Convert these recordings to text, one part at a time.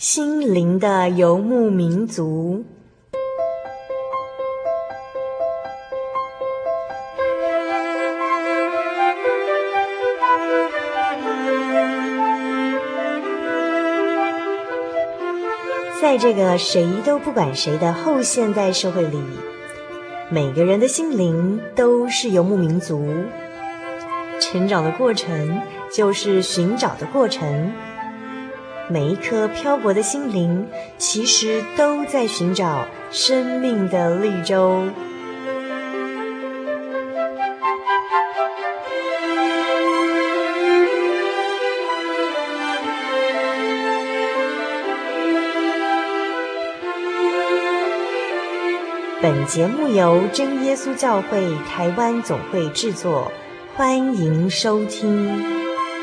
心灵的游牧民族。在这个谁都不管谁的后现代社会里，每个人的心灵都是游牧民族。成长的过程就是寻找的过程，每一颗漂泊的心灵其实都在寻找生命的绿洲。本节目由真耶稣教会台湾总会制作，欢迎收听。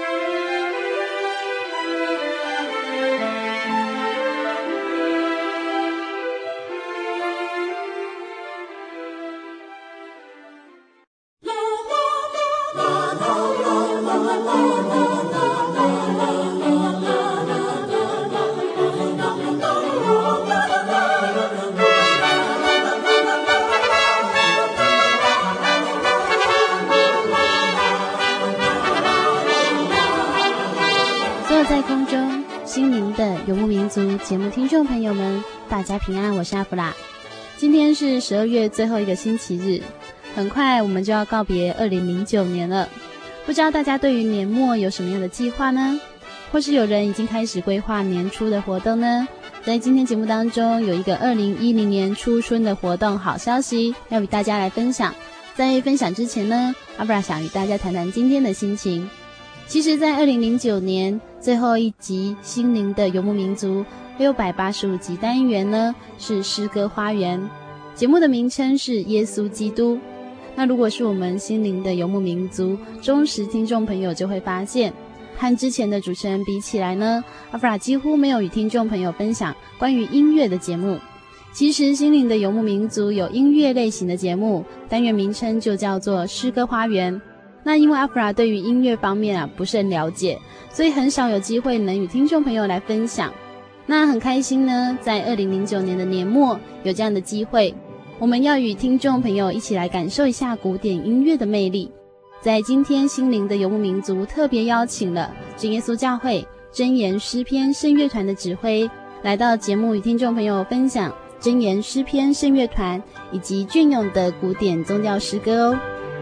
节目听众朋友们，大家平安，我是阿弗拉。今天是12月最后一个星期日，很快我们就要告别2009年了。不知道大家对于年末有什么样的计划呢？或是有人已经开始规划年初的活动呢？在今天节目当中，有一个2010年初春的活动好消息要与大家来分享。在分享之前呢，阿弗拉想与大家谈谈今天的心情。其实在2009年最后一集心灵的游牧民族685集单元呢，是诗歌花园，节目的名称是耶稣基督。那如果是我们心灵的游牧民族忠实听众朋友就会发现，和之前的主持人比起来呢，阿弗拉几乎没有与听众朋友分享关于音乐的节目。其实心灵的游牧民族有音乐类型的节目，单元名称就叫做诗歌花园。那因为阿弗拉对于音乐方面不是很了解，所以很少有机会能与听众朋友来分享。那很开心呢，在2009年的年末有这样的机会，我们要与听众朋友一起来感受一下古典音乐的魅力。在今天心灵的游牧民族特别邀请了真耶稣教会真言诗篇圣乐团的指挥来到节目，与听众朋友分享真言诗篇圣乐团以及隽永的古典宗教诗歌哦。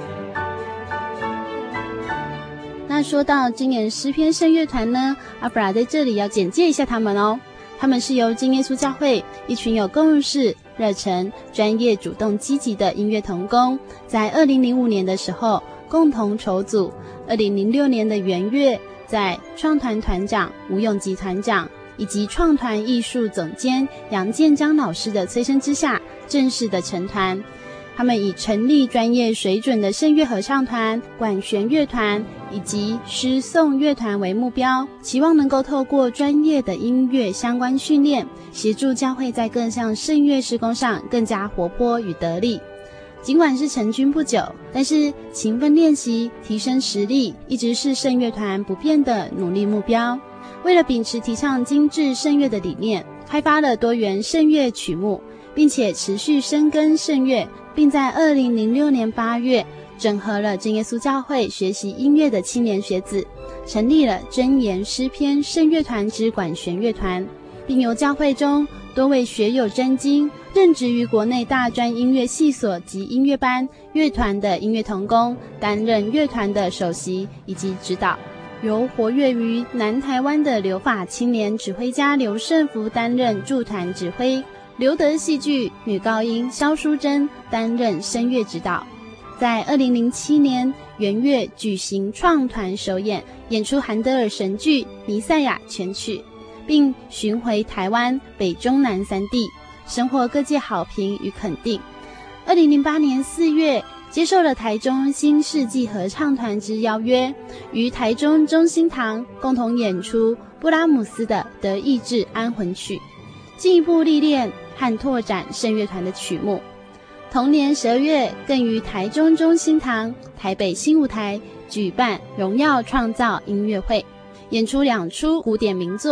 那说到真言诗篇圣乐团呢，阿弗拉在这里要简介一下他们哦。他们是由真耶稣教会一群有共识、热忱、专业、主动、积极的音乐同工，在2005年的时候共同筹组，2006年的元月，在创团团长吴永吉团长以及创团艺术总监杨建章老师的催生之下，正式的成团。他们以成立专业水准的圣乐合唱团、管弦乐团以及诗颂乐团为目标，期望能够透过专业的音乐相关训练，协助教会在各项圣乐事工上更加活泼与得力。尽管是成军不久，但是勤奋练习、提升实力，一直是圣乐团不变的努力目标。为了秉持提倡精致圣乐的理念，开发了多元圣乐曲目，并且持续深耕圣乐，并在2006年8月整合了真耶稣教会学习音乐的青年学子，成立了真言诗篇圣乐团之管弦乐团，并由教会中多位学有真经、任职于国内大专音乐系所及音乐班乐团的音乐同工担任乐团的首席以及指导，由活跃于南台湾的留法青年指挥家刘胜福担任驻团指挥，刘德戏剧女高音萧淑珍担任声乐指导。在2007年元月举行创团首演，演出韩德尔神剧《弥赛亚》全曲，并巡回台湾、北中南3地，深获各界好评与肯定。2008年4月接受了台中新世纪合唱团之邀约，于台中中心堂共同演出布拉姆斯的《德意志安魂曲》，进一步历练和拓展圣乐团的曲目。同年12月更于台中中心堂、台北新舞台举办荣耀创造音乐会，演出2出古典名作，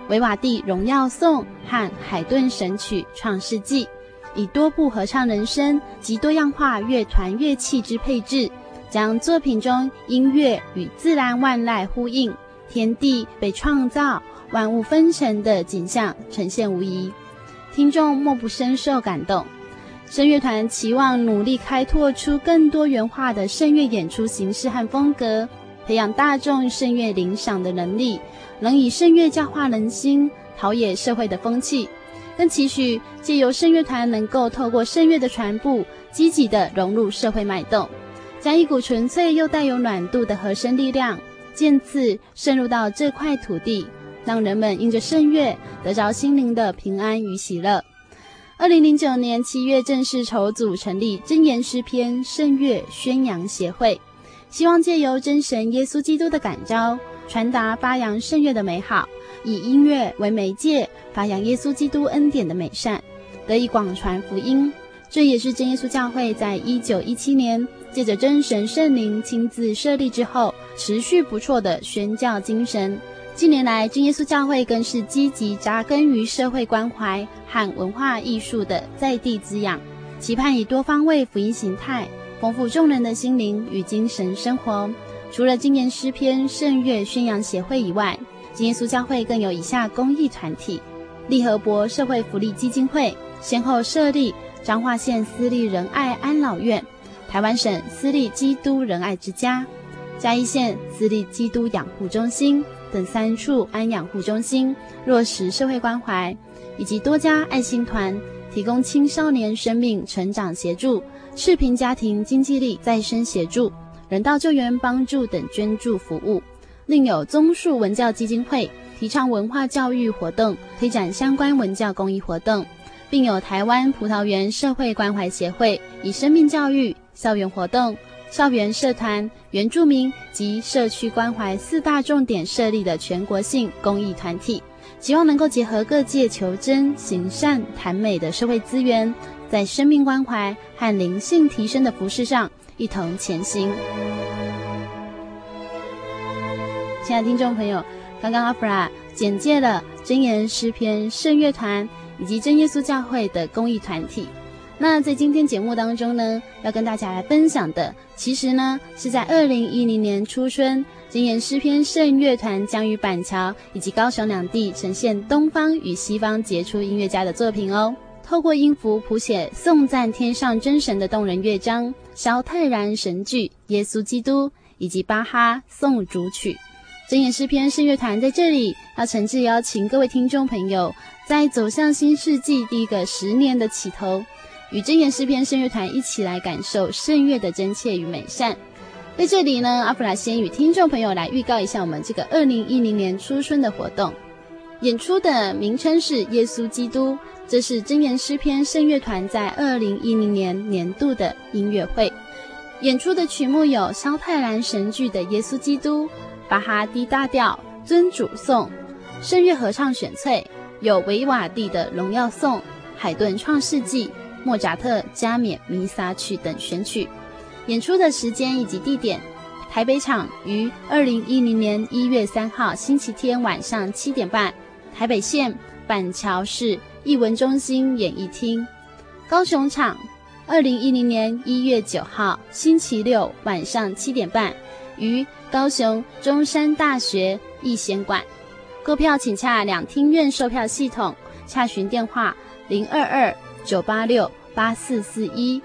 维瓦蒂荣耀颂和海顿神曲创世纪，以多部合唱人声及多样化乐团乐器之配置，将作品中音乐与自然万籁呼应，天地被创造，万物纷呈的景象呈现无疑，听众莫不深受感动。声乐团期望努力开拓出更多元化的声乐演出形式和风格，培养大众声乐领赏的能力，能以声乐教化人心，陶冶社会的风气。更期许借由声乐团能够透过声乐的传播，积极地融入社会脉动，将一股纯粹又带有暖度的和声力量渐次渗入到这块土地，让人们因着声乐得着心灵的平安与喜乐。2009年7月正式筹组成立真言诗篇声乐宣扬协会，希望借由真神耶稣基督的感召，传达发扬圣乐的美好，以音乐为媒介，发扬耶稣基督恩典的美善，得以广传福音。这也是真耶稣教会在1917年借着真神圣灵亲自设立之后，持续不辍的宣教精神。近年来，真耶稣教会更是积极扎根于社会关怀和文化艺术的在地滋养，期盼以多方位福音形态丰富众人的心灵与精神生活。除了真言诗篇圣乐宣扬协会以外，真耶稣教会更有以下公益团体：利和博社会福利基金会先后设立彰化县私立仁爱安老院、台湾省私立基督仁爱之家、嘉义县私立基督养护中心等3处安养护中心，落实社会关怀，以及多家爱心团提供青少年生命成长协助、赤贫家庭经济力再生协助、人道救援帮助等捐助服务。另有棕树文教基金会提倡文化教育活动，推展相关文教公益活动，并有台湾葡萄园社会关怀协会以生命教育、校园活动、校园社团、原住民及社区关怀4大重点设立的全国性公益团体，希望能够结合各界求真、行善、谈美的社会资源，在生命关怀和灵性提升的服事上一同前行。亲爱的听众朋友，刚刚阿弗拉简介了真言诗篇圣乐团以及真耶稣教会的公益团体。那在今天节目当中呢，要跟大家来分享的，其实呢是在2010年初春，真言诗篇圣乐团将于板桥以及高雄两地呈现东方与西方杰出音乐家的作品哦。透过音符谱写颂赞天上真神的动人乐章，萧泰然神剧耶稣基督以及巴哈颂主曲。真言诗篇圣乐团在这里要诚挚邀请各位听众朋友，在走向新世纪第一个10年的起头，与真言诗篇圣乐团一起来感受圣乐的真切与美善。在这里呢，阿弗拉先与听众朋友来预告一下我们这个2010年初春的活动。演出的名称是耶稣基督，这是真言诗篇圣乐团在2010年年度的音乐会。演出的曲目有萧泰然神剧的耶稣基督、巴哈 D 大调尊主颂、圣乐合唱选粹，有维瓦蒂的荣耀颂、海顿创世纪、莫扎特加冕弥撒曲等选曲。演出的时间以及地点，台北场于2010年1月3号星期天晚上7点半，台北县板桥市艺文中心演艺厅。高雄场2010年1月9号星期六晚上7点半，于高雄中山大学艺贤馆。购票请洽两厅院售票系统，洽询电话022-986-8441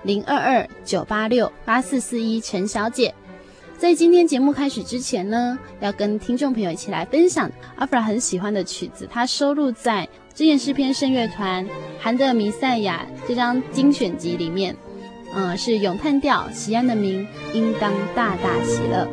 022-986-8441陈小姐。在今天节目开始之前呢，要跟听众朋友一起来分享阿弗拉很喜欢的曲子，它收录在真言诗篇圣乐团含着弥赛亚这张精选集里面，是咏叹调喜安的名应当大大喜乐。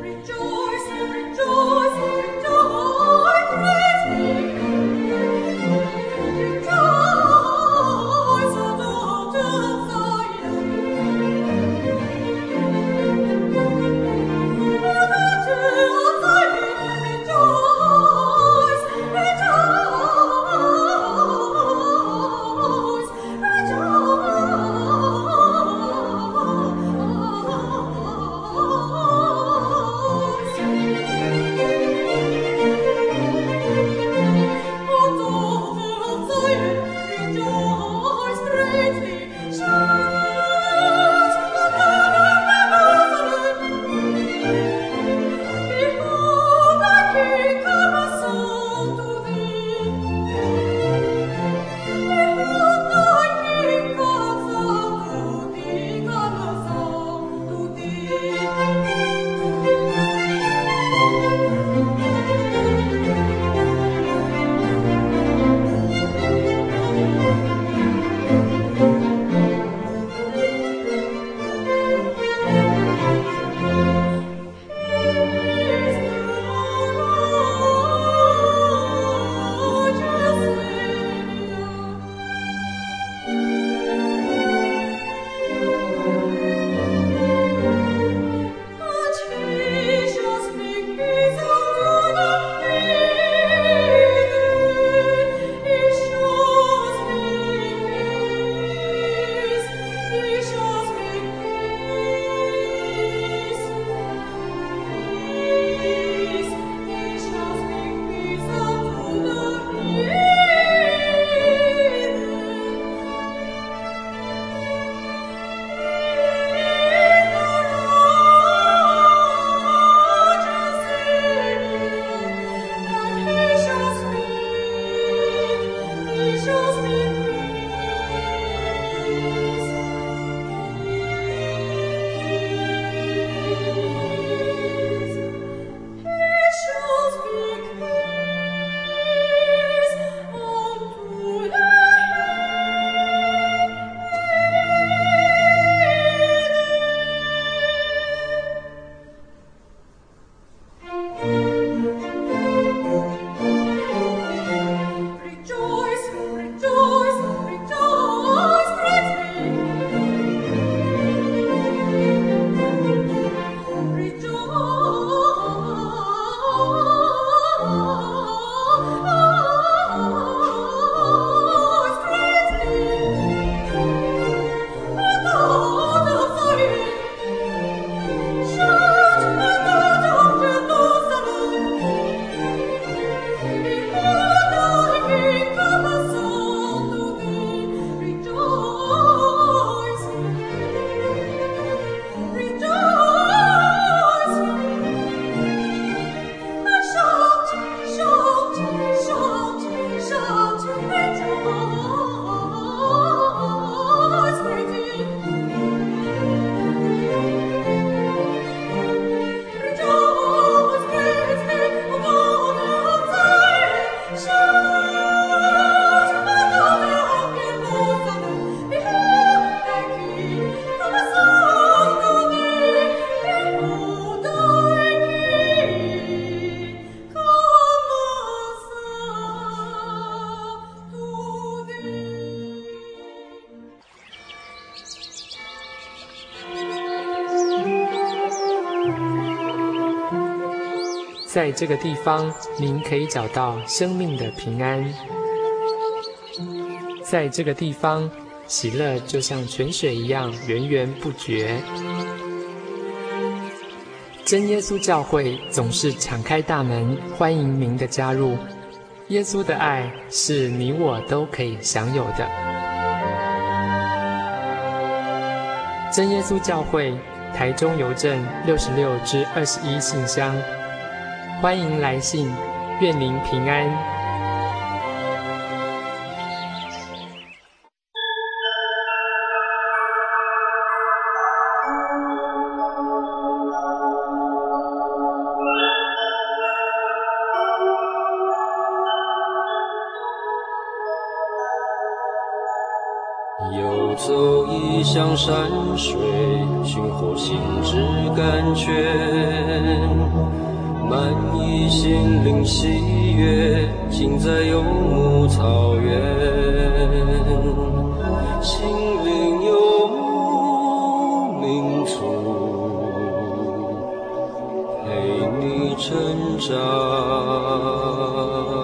在这个地方，您可以找到生命的平安。在这个地方，喜乐就像泉水一样源源不绝。真耶稣教会总是敞开大门，欢迎您的加入。耶稣的爱是你我都可以享有的。真耶稣教会，台中邮政66-21信箱。欢迎来信，愿您平安。 游走异乡山水，寻获心之甘泉。满溢心灵喜悦，尽在游牧草原。心灵游牧民族，陪你成长。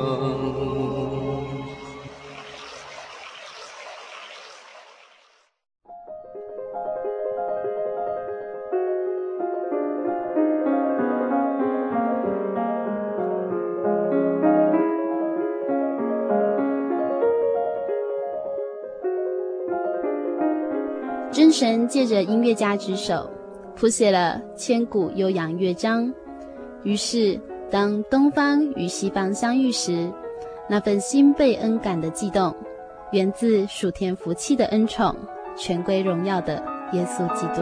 真神借着音乐家之手谱写了千古悠扬乐章，于是当东方与西方相遇时，那份心被恩感的悸动，源自属天福气的恩宠，全归荣耀的耶稣基督。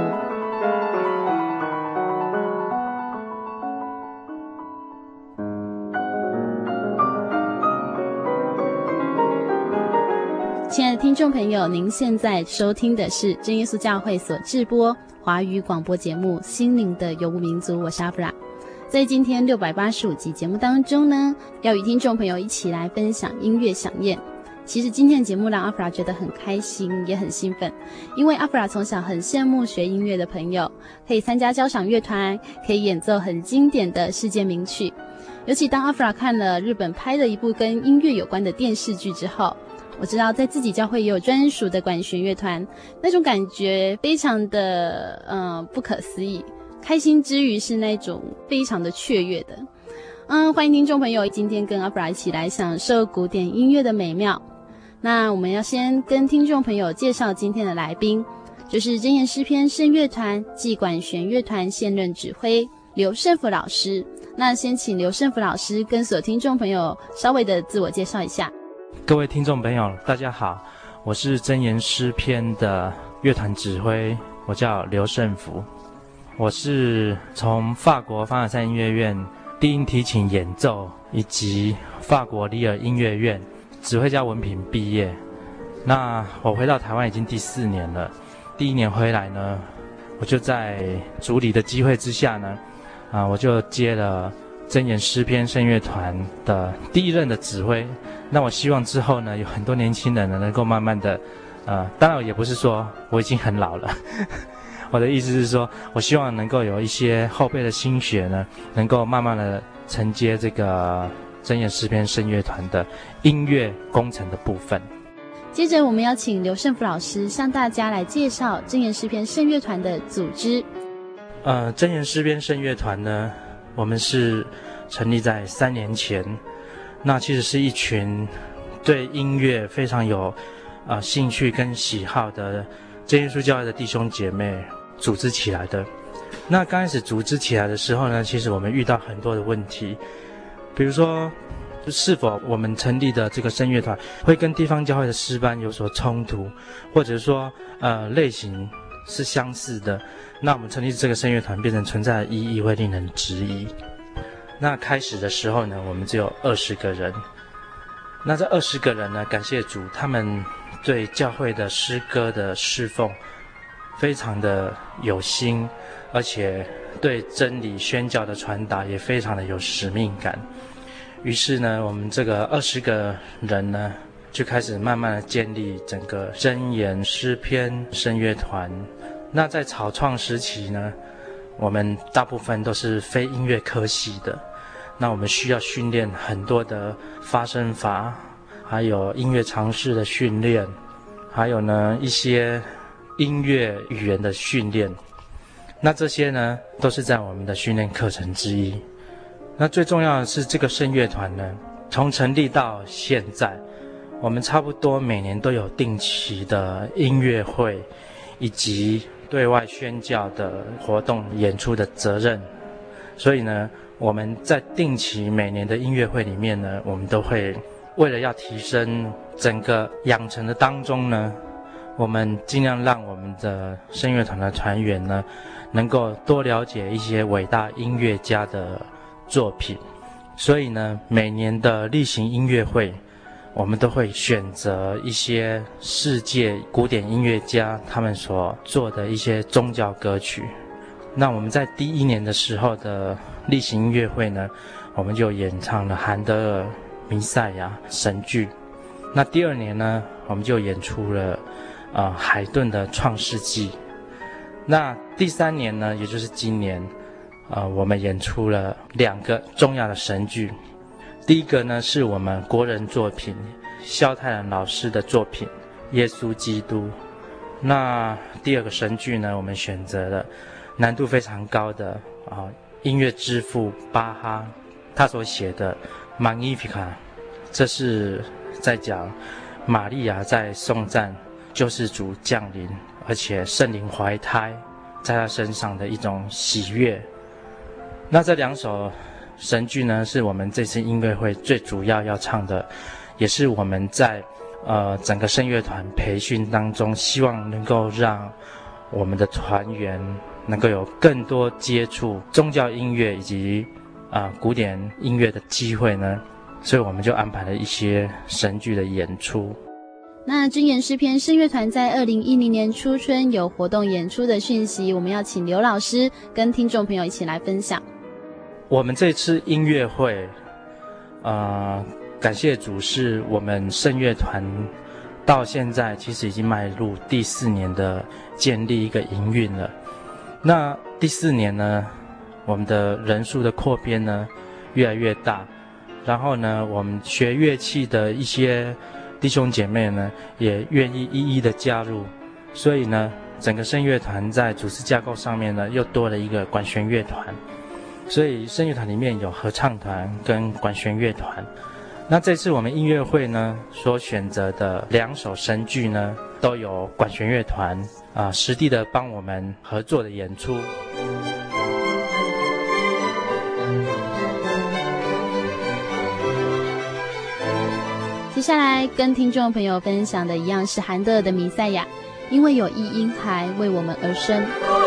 亲爱的听众朋友，您现在收听的是真耶稣教会所制播华语广播节目《心灵的游牧民族》，我是阿弗拉。在今天685集节目当中呢，要与听众朋友一起来分享音乐飨宴。其实今天的节目让阿弗拉觉得很开心，也很兴奋，因为阿弗拉从小很羡慕学音乐的朋友，可以参加交响乐团，可以演奏很经典的世界名曲。尤其当阿弗拉看了日本拍的一部跟音乐有关的电视剧之后，我知道在自己教会也有专属的管弦乐团，那种感觉非常的不可思议，开心之余是那种非常的雀跃的。欢迎听众朋友今天跟阿弗拉一起来享受古典音乐的美妙。那我们要先跟听众朋友介绍今天的来宾，就是真言诗篇圣乐团暨管弦乐团现任指挥刘胜福老师。那先请刘胜福老师跟所有听众朋友稍微的自我介绍一下。 各位听众朋友，大家好，我是真言诗篇的乐团指挥，我叫刘胜福。我是从法国凡尔赛音乐院低音提琴演奏以及法国里尔音乐院指挥家文凭毕业。那我回到台湾已经第4年了。第1年回来呢，我就在主理的机会之下呢，我就接了真言诗篇圣乐团的第1任的指挥。那我希望之后呢，有很多年轻人呢能够慢慢的，当然也不是说我已经很老了，我的意思是说，我希望能够有一些后辈的心血呢，能够慢慢的承接这个真言诗篇圣乐团的音乐工程的部分。 接着我们要请刘胜福老师向大家来介绍真言诗篇圣乐团的组织。 真言诗篇圣乐团呢，我们是成立在3年前，那其实是一群对音乐非常有兴趣跟喜好的真耶稣教会的弟兄姐妹组织起来的。那刚开始组织起来的时候呢，其实我们遇到很多的问题，比如说是否我们成立的这个圣乐团会跟地方教会的诗班有所冲突，或者说类型是相似的，那我们成立这个圣乐团变成存在的意义会令人质疑。那开始的时候呢，我们只有20个人。那这20个人呢，感谢主，他们对教会的诗歌的侍奉非常的有心，而且对真理宣教的传达也非常的有使命感。于是呢，我们这个20个人呢，就开始慢慢的建立整个真言诗篇圣乐团。那在草创时期呢，我们大部分都是非音乐科系的，那我们需要训练很多的发声法，还有音乐常识的训练，还有呢一些音乐语言的训练。那这些呢都是在我们的训练课程之一。那最重要的是，这个圣乐团呢，从成立到现在，我们差不多每年都有定期的音乐会，以及对外宣教的活动演出的责任。所以呢，我们在定期每年的音乐会里面呢，我们都会为了要提升整个养成的当中呢，我们尽量让我们的圣乐团的团员呢，能够多了解一些伟大音乐家的作品。所以呢，每年的例行音乐会，我们都会选择一些世界古典音乐家他们所做的一些宗教歌曲。那我们在第1年的时候的例行音乐会呢，我们就演唱了韩德尔、弥赛亚神剧。那第2年呢，我们就演出了海顿的创世纪。那第3年呢，也就是今年我们演出了2个重要的神剧。第一个呢，是我们国人作品萧泰然老师的作品《耶稣基督》。那第2个神剧呢，我们选择了难度非常高的音乐之父巴哈他所写的《Magnificat》，这是在讲玛利亚在颂赞救世主降临，而且圣灵怀胎在他身上的一种喜悦。那这2首神剧呢，是我们这次音乐会最主要要唱的，也是我们在整个圣乐团培训当中，希望能够让我们的团员能够有更多接触宗教音乐以及古典音乐的机会呢，所以我们就安排了一些神剧的演出。 那真言诗篇圣乐团在2010年初春有活动演出的讯息，我们要请刘老师跟听众朋友一起来分享。 我们这次音乐会感谢主，是我们圣乐团到现在其实已经迈入第4年的建立一个营运了。那第4年呢，我们的人数的扩编呢越来越大，然后呢，我们学乐器的一些弟兄姐妹呢也愿意一一的加入，所以呢，整个圣乐团在组织架构上面呢又多了一个管弦乐团，所以圣乐团里面有合唱团跟管弦乐团。那这次我们音乐会呢所选择的2首神剧呢，都有管弦乐团实地的帮我们合作的演出。 接下来跟听众朋友分享的一样是韩德尔的《弥赛亚》，因为有一婴孩为我们而生。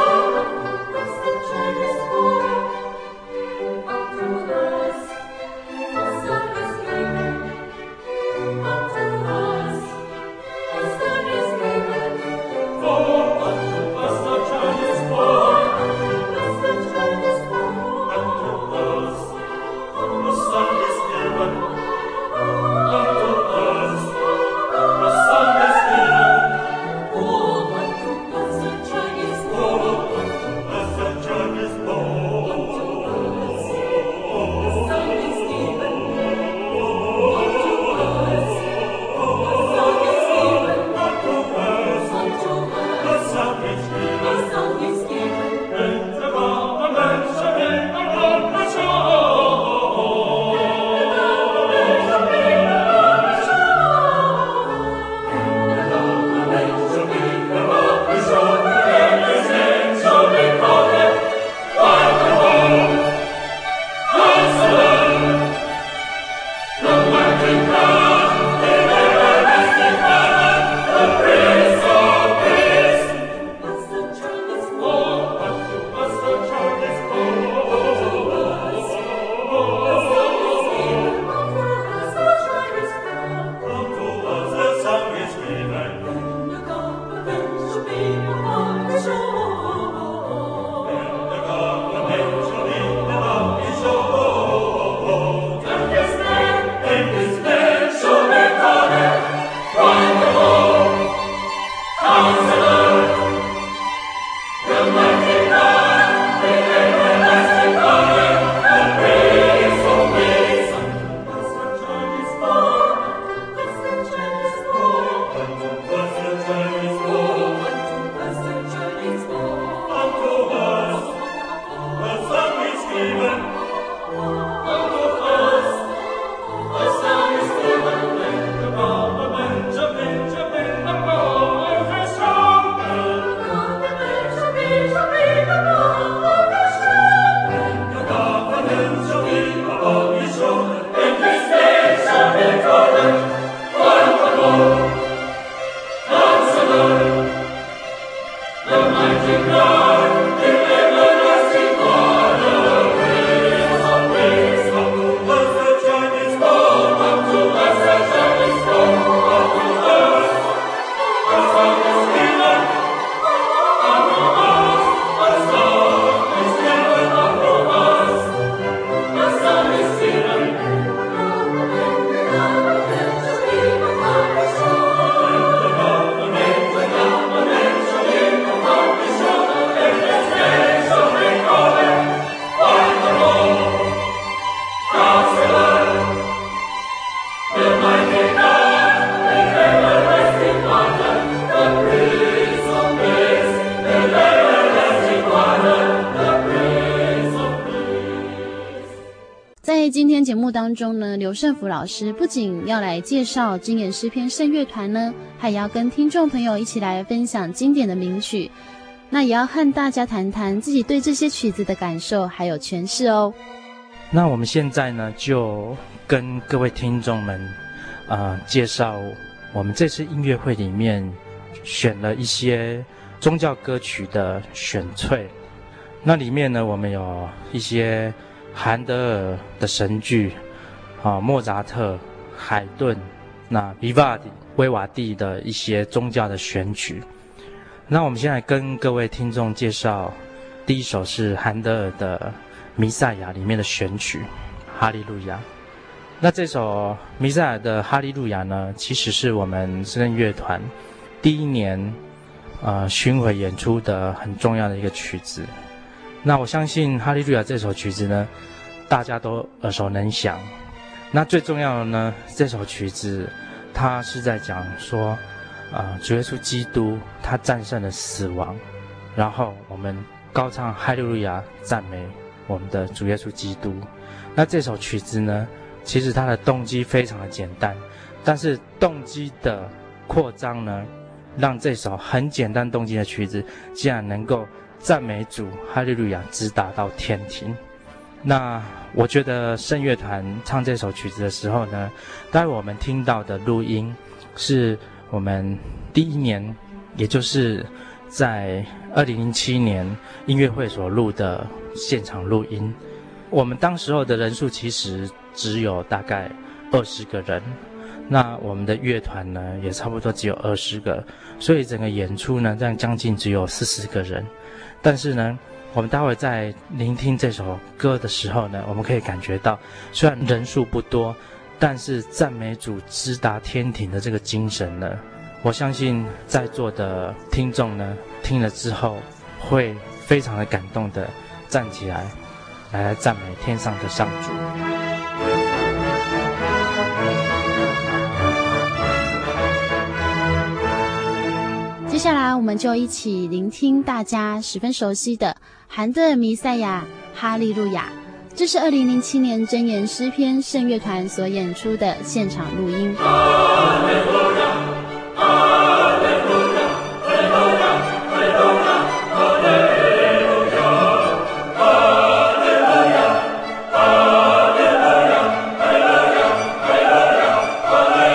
在今天节目当中呢，刘胜福老师不仅要来介绍金言诗篇圣乐团呢，还要跟听众朋友一起来分享经典的名曲，那也要和大家谈谈自己对这些曲子的感受还有诠释哦。 那我们现在呢，就跟各位听众们介绍我们这次音乐会里面选了一些宗教歌曲的选粹。那里面呢，我们有一些韩德尔的神剧，莫扎特、海顿、那维瓦蒂的一些宗教的选曲。那我们现在跟各位听众介绍，第一首是韩德尔的《弥赛亚》里面的选曲《哈利路亚》。那这首弥赛亚的《哈利路亚》呢，其实是我们圣乐乐团第一年巡回演出的很重要的一个曲子。那我相信《哈利路亚》这首曲子呢，大家都耳熟能详。那最重要的呢，这首曲子它是在讲说，主耶稣基督他战胜了死亡，然后我们高唱哈利路亚，赞美我们的主耶稣基督。那这首曲子呢，其实它的动机非常的简单，但是动机的扩张呢，让这首很简单动机的曲子竟然能够赞美主哈利路亚直达到天庭。 那我觉得圣乐团唱这首曲子的时候呢，待会我们听到的录音是我们第一年，也就是在2007年音乐会所录的现场录音。我们当时候的人数其实只有大概20个人，那我们的乐团呢也差不多只有20个，所以整个演出呢这样将近只有40个人。但是呢，我们待会在聆听这首歌的时候呢，我们可以感觉到，虽然人数不多，但是赞美主直达天庭的这个精神呢，我相信在座的听众呢，听了之后会非常的感动的站起来，来赞美天上的上主。 接下来我们就一起聆听大家十分熟悉的韩德尔弥赛亚哈利路亚，这是2007年真言诗篇圣乐团所演出的现场录音。哈利路亚，哈利路亚，哈利路亚，哈利路亚，哈利路亚，哈利路亚，哈利路亚，哈利路亚，哈利路亚，哈利路亚。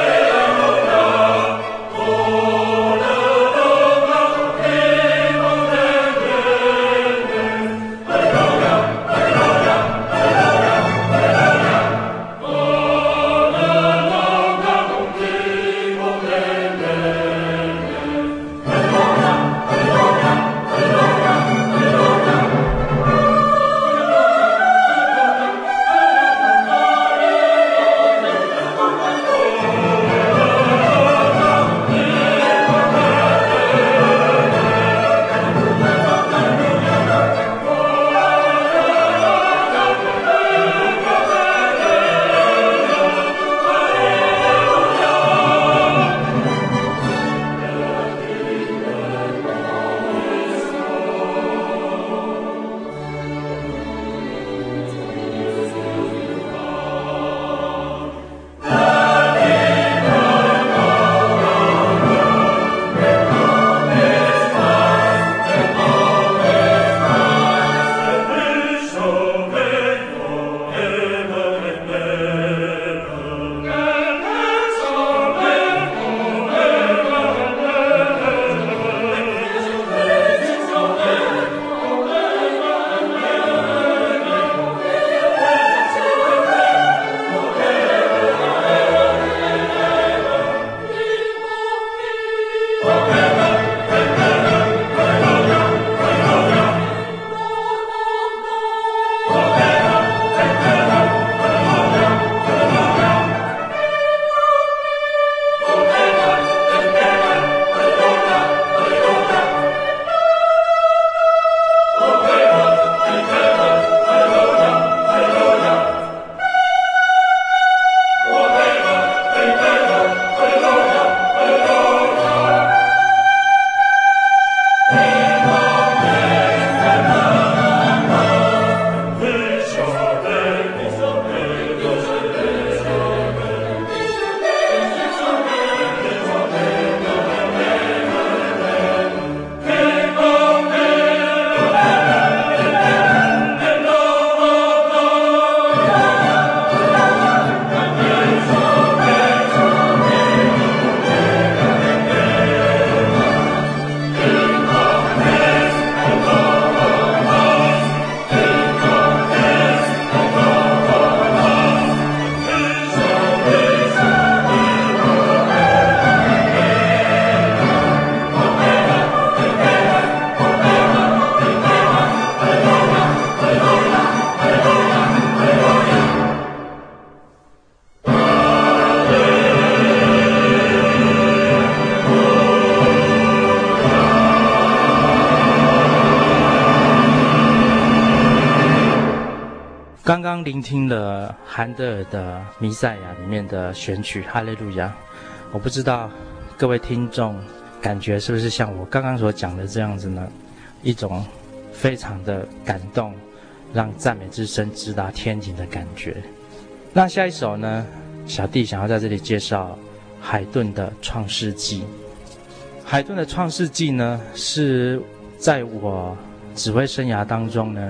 刚刚聆听了韩德尔的《弥赛亚》里面的选曲《哈利路亚》，我不知道各位听众感觉是不是像我刚刚所讲的这样子呢？一种非常的感动，让赞美之声直达天庭的感觉。那下一首呢，小弟想要在这里介绍海顿的《创世纪》。海顿的《创世纪》呢，是在我指挥生涯当中呢，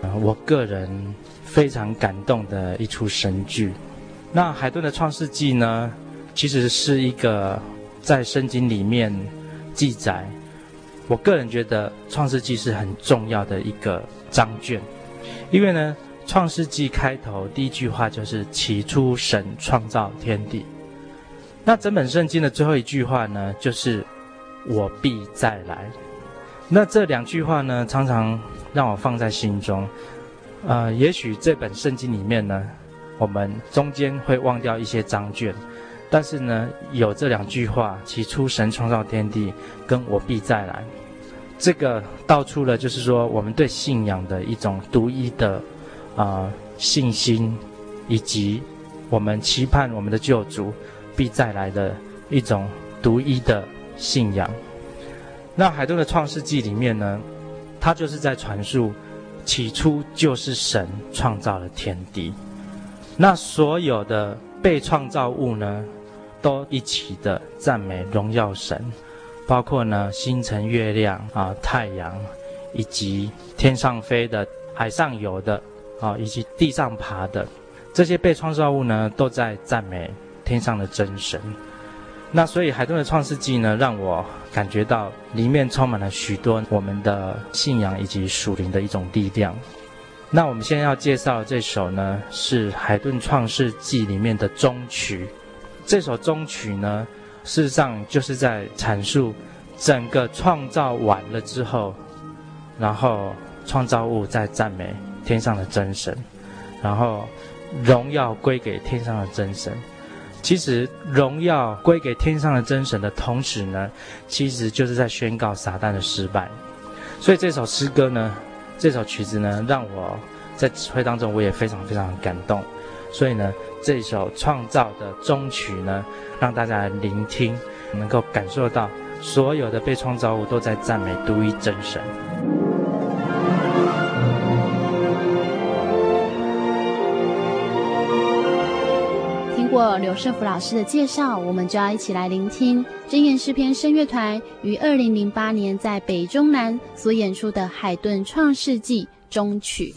我个人非常感动的一出神剧。那海顿的《创世纪》呢，其实是一个在圣经里面记载，我个人觉得《创世纪》是很重要的一个章卷，因为呢，《创世纪》开头第一句话就是起初神创造天地。那整本圣经的最后一句话呢，就是我必再来。那这两句话呢，常常让我放在心中。也许这本圣经里面呢，我们中间会忘掉一些章卷，但是呢，有这两句话，起初神创造天地，跟我必再来，这个道出了就是说我们对信仰的一种独一的信心，以及我们期盼我们的救主必再来的一种独一的信仰。那海顿的《创世纪》里面呢，他就是在传述起初就是神创造了天地，那所有的被创造物呢，都一起的赞美荣耀神，包括呢星辰月亮太阳，以及天上飞的海上游的以及地上爬的这些被创造物呢，都在赞美天上的真神。那所以海顿的《创世纪》呢，让我感觉到里面充满了许多我们的信仰以及属灵的一种力量。那我们现在要介绍的这首呢，是海顿《创世纪》里面的终曲。这首终曲呢，事实上就是在阐述整个创造完了之后，然后创造物在赞美天上的真神，然后荣耀归给天上的真神。其实荣耀归给天上的真神的同时呢，其实就是在宣告撒旦的失败。所以这首诗歌呢，这首曲子呢，让我在指挥当中我也非常非常感动。所以呢，这首创造的终曲呢，让大家来聆听，能够感受到所有的被创造物都在赞美独一真神。 经过刘胜福老师的介绍，我们就要一起来聆听真言诗篇声乐团于2008年在北中南所演出的海顿创世纪终曲。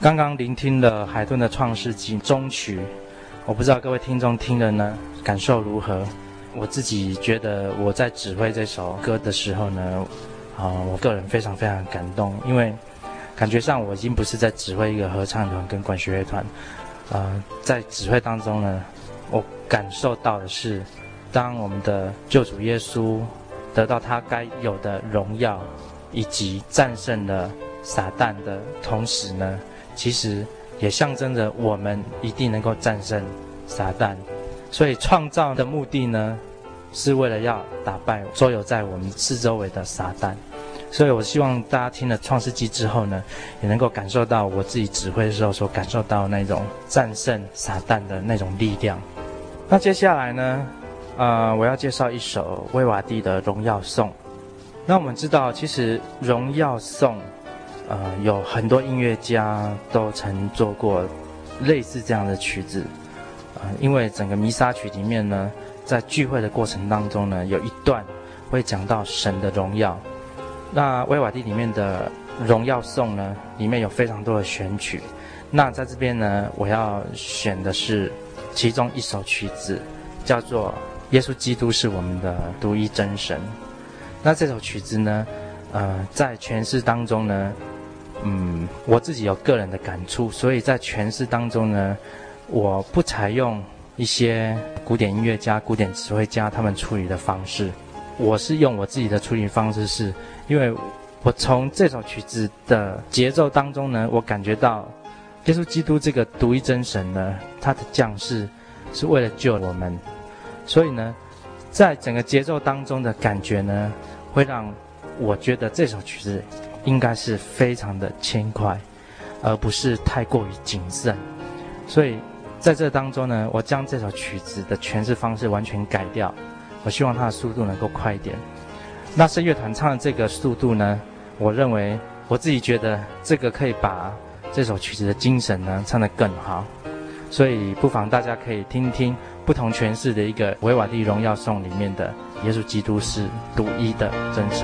刚刚聆听了海顿的《创世纪》中曲，我不知道各位听众听了呢感受如何？我自己觉得我在指挥这首歌的时候呢，我个人非常非常感动，因为感觉上我已经不是在指挥一个合唱团跟管弦乐团，在指挥当中呢，我感受到的是，当我们的救主耶稣得到他该有的荣耀，以及战胜了撒旦的同时呢，其实也象征着我们一定能够战胜撒旦。所以创造的目的呢，是为了要打败所有在我们四周围的撒旦。所以我希望大家听了创世纪之后呢，也能够感受到我自己指挥的时候所感受到那种战胜撒旦的那种力量。那接下来呢，我要介绍一首威瓦第的荣耀颂。那我们知道其实荣耀颂有很多音乐家都曾做过类似这样的曲子，因为整个弥撒曲里面呢，在聚会的过程当中呢，有一段会讲到神的荣耀。那威瓦第里面的荣耀颂呢，里面有非常多的选曲。那在这边呢，我要选的是其中一首曲子，叫做《耶稣基督是我们的独一真神》。那这首曲子呢，在诠释当中呢，我自己有个人的感触，所以在诠释当中呢，我不采用一些古典音乐家、古典指挥家他们处理的方式，我是用我自己的处理方式，是因为我从这首曲子的节奏当中呢，我感觉到耶稣基督这个独一真神呢，他的降世是为了救我们，所以呢，在整个节奏当中的感觉呢，会让我觉得这首曲子应该是非常的轻快，而不是太过于谨慎。所以在这当中呢，我将这首曲子的诠释方式完全改掉，我希望它的速度能够快一点。那声乐团唱的这个速度呢，我认为我自己觉得这个可以把这首曲子的精神呢唱得更好，所以不妨大家可以听听不同诠释的一个维瓦第荣耀颂里面的耶稣基督是独一的真神。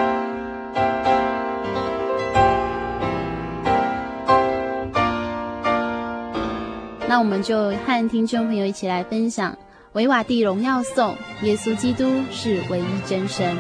那我们就和听众朋友一起来分享维瓦第荣耀颂，耶稣基督是唯一真神。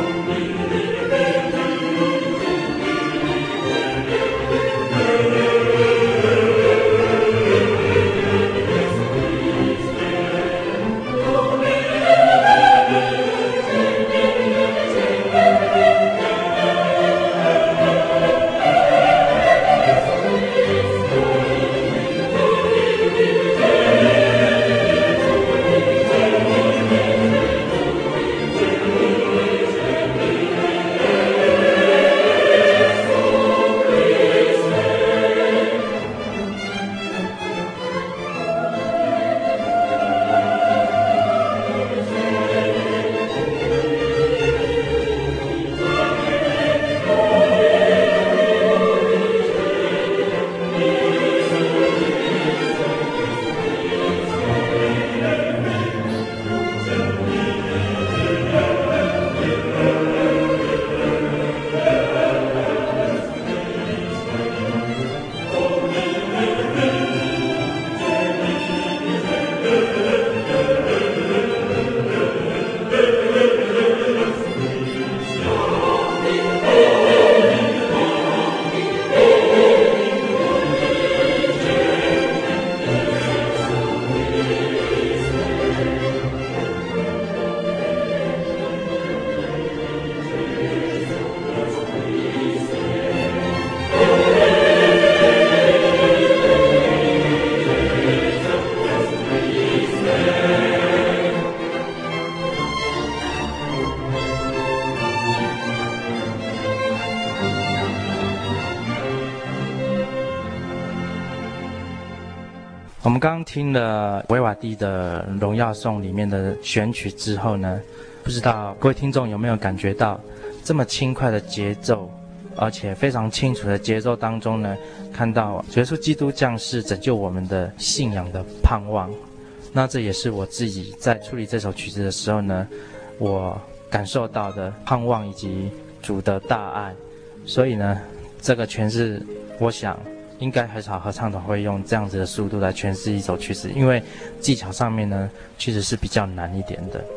我们刚刚听了维瓦第的荣耀颂里面的选曲之后呢，不知道各位听众有没有感觉到这么轻快的节奏，而且非常清楚的节奏当中呢，看到耶稣基督降世拯救我们的信仰的盼望。那这也是我自己在处理这首曲子的时候呢，我感受到的盼望以及主的大爱。所以呢，这个诠释我想应该很少合唱团会用这样子的速度来诠释一首曲子，因为技巧上面呢，其实是比较难一点的。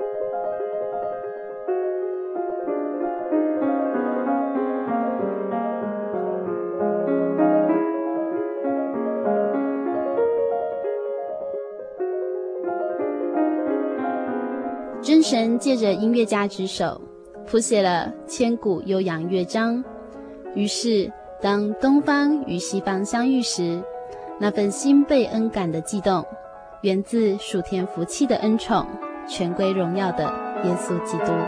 真神借着音乐家之手，谱写了千古悠扬乐章。于是，当东方与西方相遇时，那份心被恩感的悸动，源自属天福气的恩宠，全归荣耀的耶稣基督。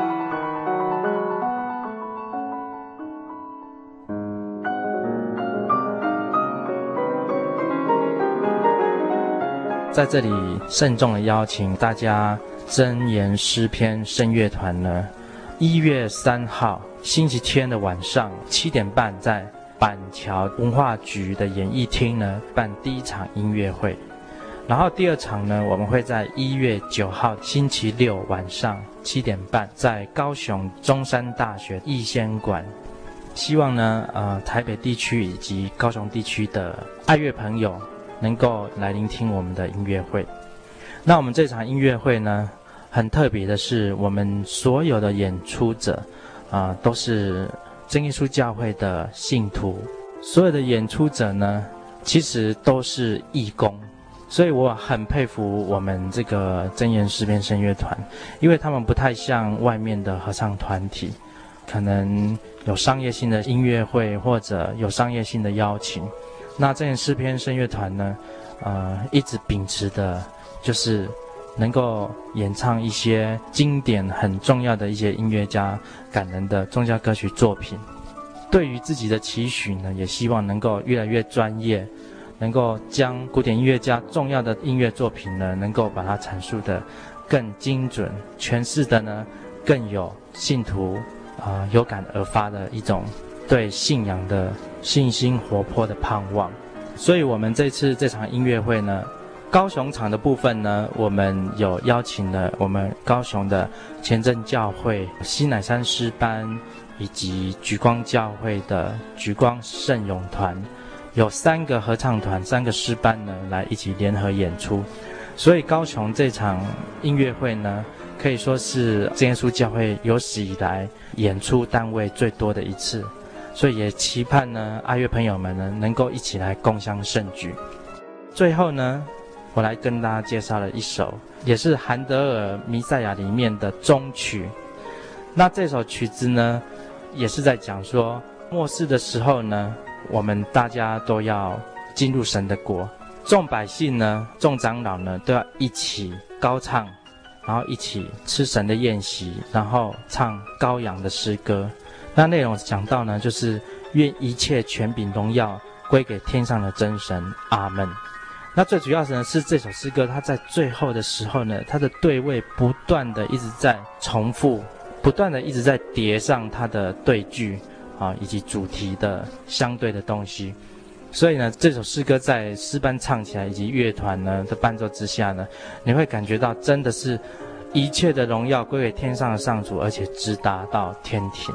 在这里慎重的邀请大家，真言诗篇圣乐团呢，1月3号星期天的晚上7点半，在板桥文化局的演艺厅呢办第一场音乐会。然后第二场呢，我们会在1月9号星期六晚上7点半，在高雄中山大学逸仙馆。希望呢，台北地区以及高雄地区的爱乐朋友能够来聆听我们的音乐会。那我们这场音乐会呢，很特别的是，我们所有的演出者都是真耶稣教会的信徒，所有的演出者呢，其实都是义工。所以我很佩服我们这个真言诗篇圣乐团，因为他们不太像外面的合唱团体，可能有商业性的音乐会或者有商业性的邀请。那真言诗篇圣乐团呢，一直秉持的就是能够演唱一些经典很重要的一些音乐家感人的宗教歌曲作品。对于自己的期许呢，也希望能够越来越专业，能够将古典音乐家重要的音乐作品呢，能够把它阐述的更精准，诠释的呢更有信徒有感而发的一种对信仰的信心活泼的盼望。所以我们这次这场音乐会呢，高雄场的部分呢，我们有邀请了我们高雄的前镇教会西乃山诗班以及莒光教会的莒光圣咏团，有3个合唱团3个诗班呢来一起联合演出。所以高雄这场音乐会呢，可以说是真耶稣教会有史以来演出单位最多的一次，所以也期盼呢爱乐朋友们呢能够一起来共襄盛举。最后呢，我来跟大家介绍了一首也是韩德尔弥赛亚里面的终曲。那这首曲子呢，也是在讲说末世的时候呢，我们大家都要进入神的国，众百姓呢，众长老呢，都要一起高唱，然后一起吃神的宴席，然后唱羔羊的诗歌。那内容讲到呢，就是愿一切权柄荣耀归给天上的真神，阿们。那最主要的呢，是这首诗歌它在最后的时候呢，它的对位不断的一直在重复，不断的一直在叠上它的对句以及主题的相对的东西。所以呢，这首诗歌在诗班唱起来以及乐团呢的伴奏之下呢，你会感觉到真的是一切的荣耀归给天上的上主，而且直达到天庭。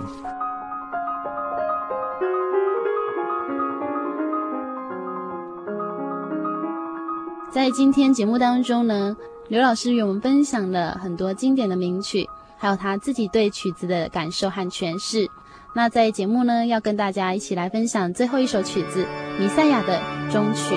在今天节目当中呢，刘老师与我们分享了很多经典的名曲，还有他自己对曲子的感受和诠释。那在节目呢，要跟大家一起来分享最后一首曲子，弥赛亚的终曲。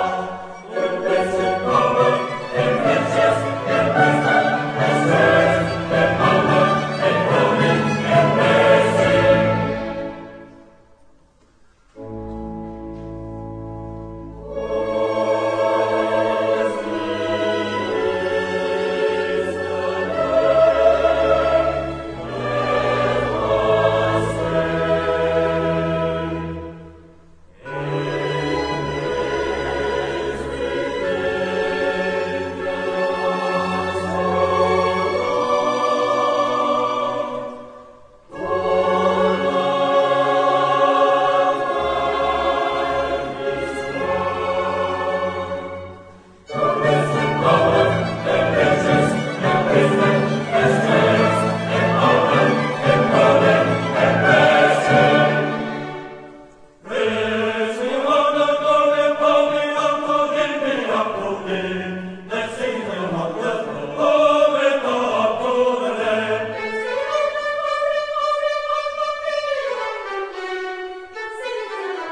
Yes.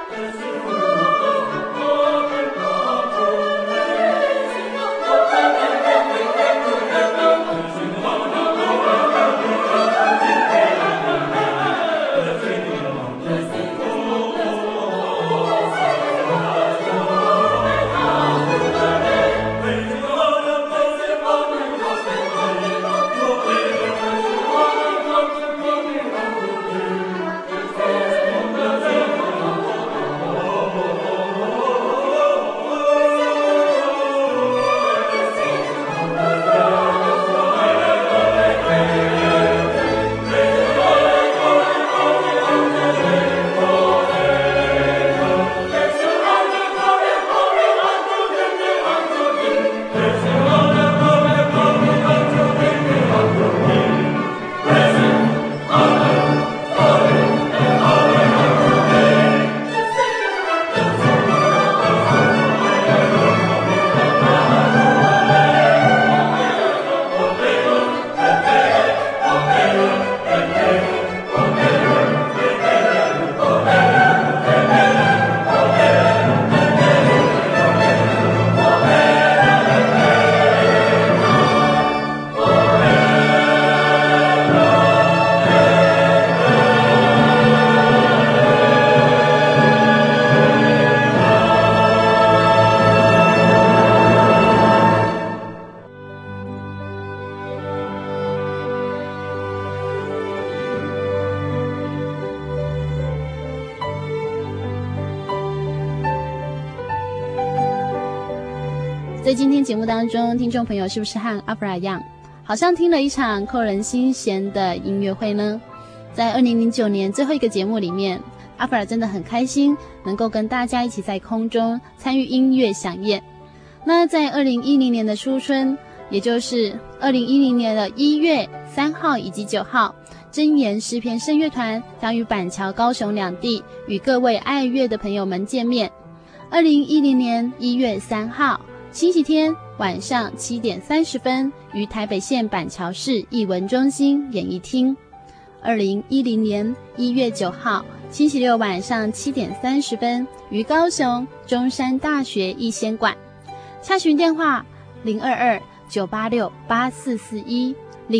在今天节目当中，听众朋友是不是和阿弗拉一样，好像听了一场扣人心弦的音乐会呢？在2009年最后一个节目里面，阿弗拉真的很开心能够跟大家一起在空中参与音乐飨宴。那在2010年的初春，也就是2010年的1月3号以及9号，真言诗篇圣乐团将与板桥、高雄两地与各位爱乐的朋友们见面。2010年1月3号星期天晚上7点30分于台北县板桥市艺文中心演艺厅。2010年1月9号星期六晚上7点30分于高雄中山大学艺仙馆。洽询电话022-986-8441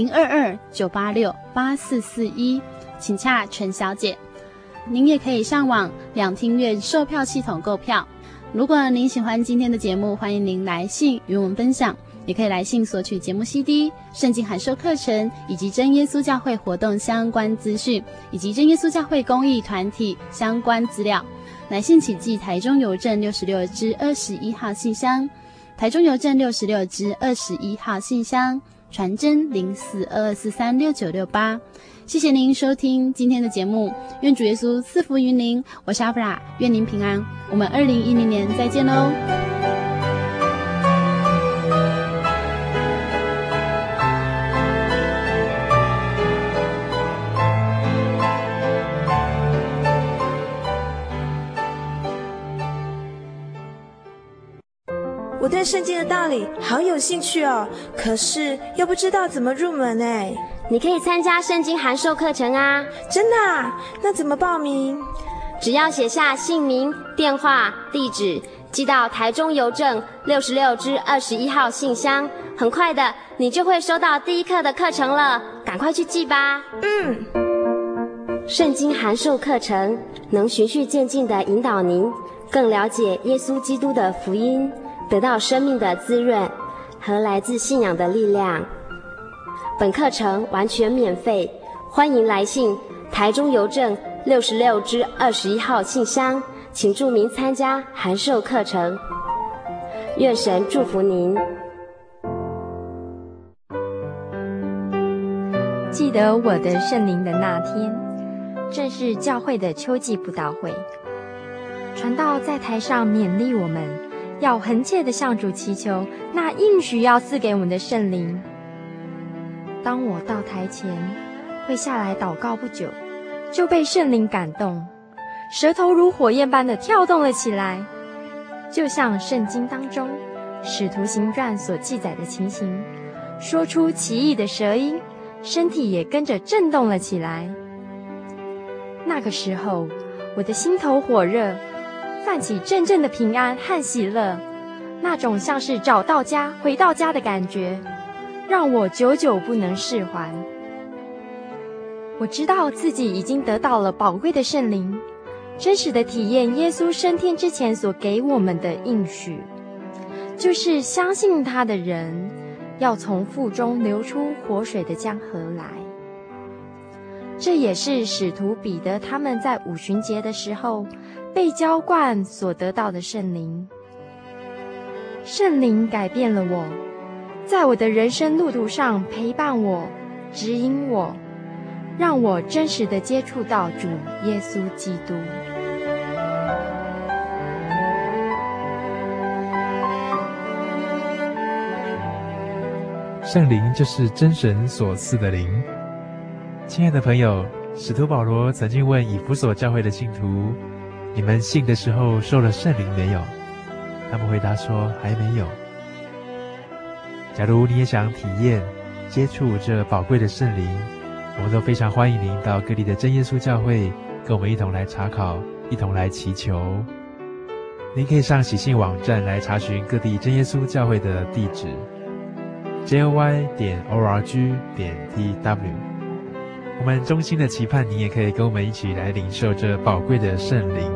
022-986-8441，请洽陈小姐。您也可以上网两厅院售票系统购票。如果您喜欢今天的节目，欢迎您来信与我们分享，也可以来信索取节目 CD、圣经函授课程以及真耶稣教会活动相关资讯，以及真耶稣教会公益团体相关资料。来信请寄台中邮政66支21号信箱，台中邮政66支21号信箱，传真0422436968。谢谢您收听今天的节目，愿主耶稣赐福于您，我是阿弗拉，愿您平安，我们2010年再见喽。 我对圣经的道理好有兴趣哦，可是又不知道怎么入门哎。 你可以参加圣经函授课程啊。 真的啊？那怎么报名？ 只要写下姓名、电话、地址，寄到台中邮政66支21号信箱，很快的你就会收到第一课的课程了，赶快去寄吧。圣经函授课程能循序渐进地引导您更了解耶稣基督的福音，得到生命的滋润和来自信仰的力量。本课程完全免费，欢迎来信台中邮政66支21号信箱，请注明参加函授课程。愿神祝福您。 记得我的圣灵的那天，正是教会的秋季布道会。传道在台上勉励我们，要恒切地向主祈求那应许要赐给我们的圣灵。当我到台前会下来祷告不久，就被圣灵感动，舌头如火焰般的跳动了起来，就像圣经当中使徒行传所记载的情形，说出奇异的舌音，身体也跟着震动了起来。那个时候我的心头火热， 泛起阵阵的平安和喜乐，那种像是找到家、回到家的感觉，让我久久不能释怀。我知道自己已经得到了宝贵的圣灵，真实的体验耶稣升天之前所给我们的应许，就是相信他的人要从腹中流出活水的江河来。这也是使徒彼得他们在五旬节的时候被浇灌所得到的圣灵。圣灵改变了我，在我的人生路途上陪伴我、指引我，让我真实地接触到主耶稣基督。 圣灵就是真神所赐的灵。亲爱的朋友，使徒保罗曾经问以弗所教会的信徒，你们信的时候受了圣灵没有？他们回答说还没有。假如你也想体验接触这宝贵的圣灵，我们都非常欢迎您到各地的真耶稣教会跟我们一同来查考，一同来祈求。您可以上喜信网站来查询各地真耶稣教会的地址 joy.org.tw。 我们衷心的期盼您也可以跟我们一起来领受这宝贵的圣灵。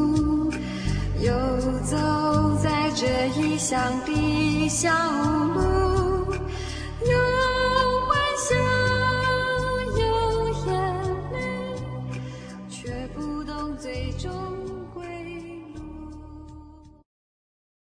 想的小路。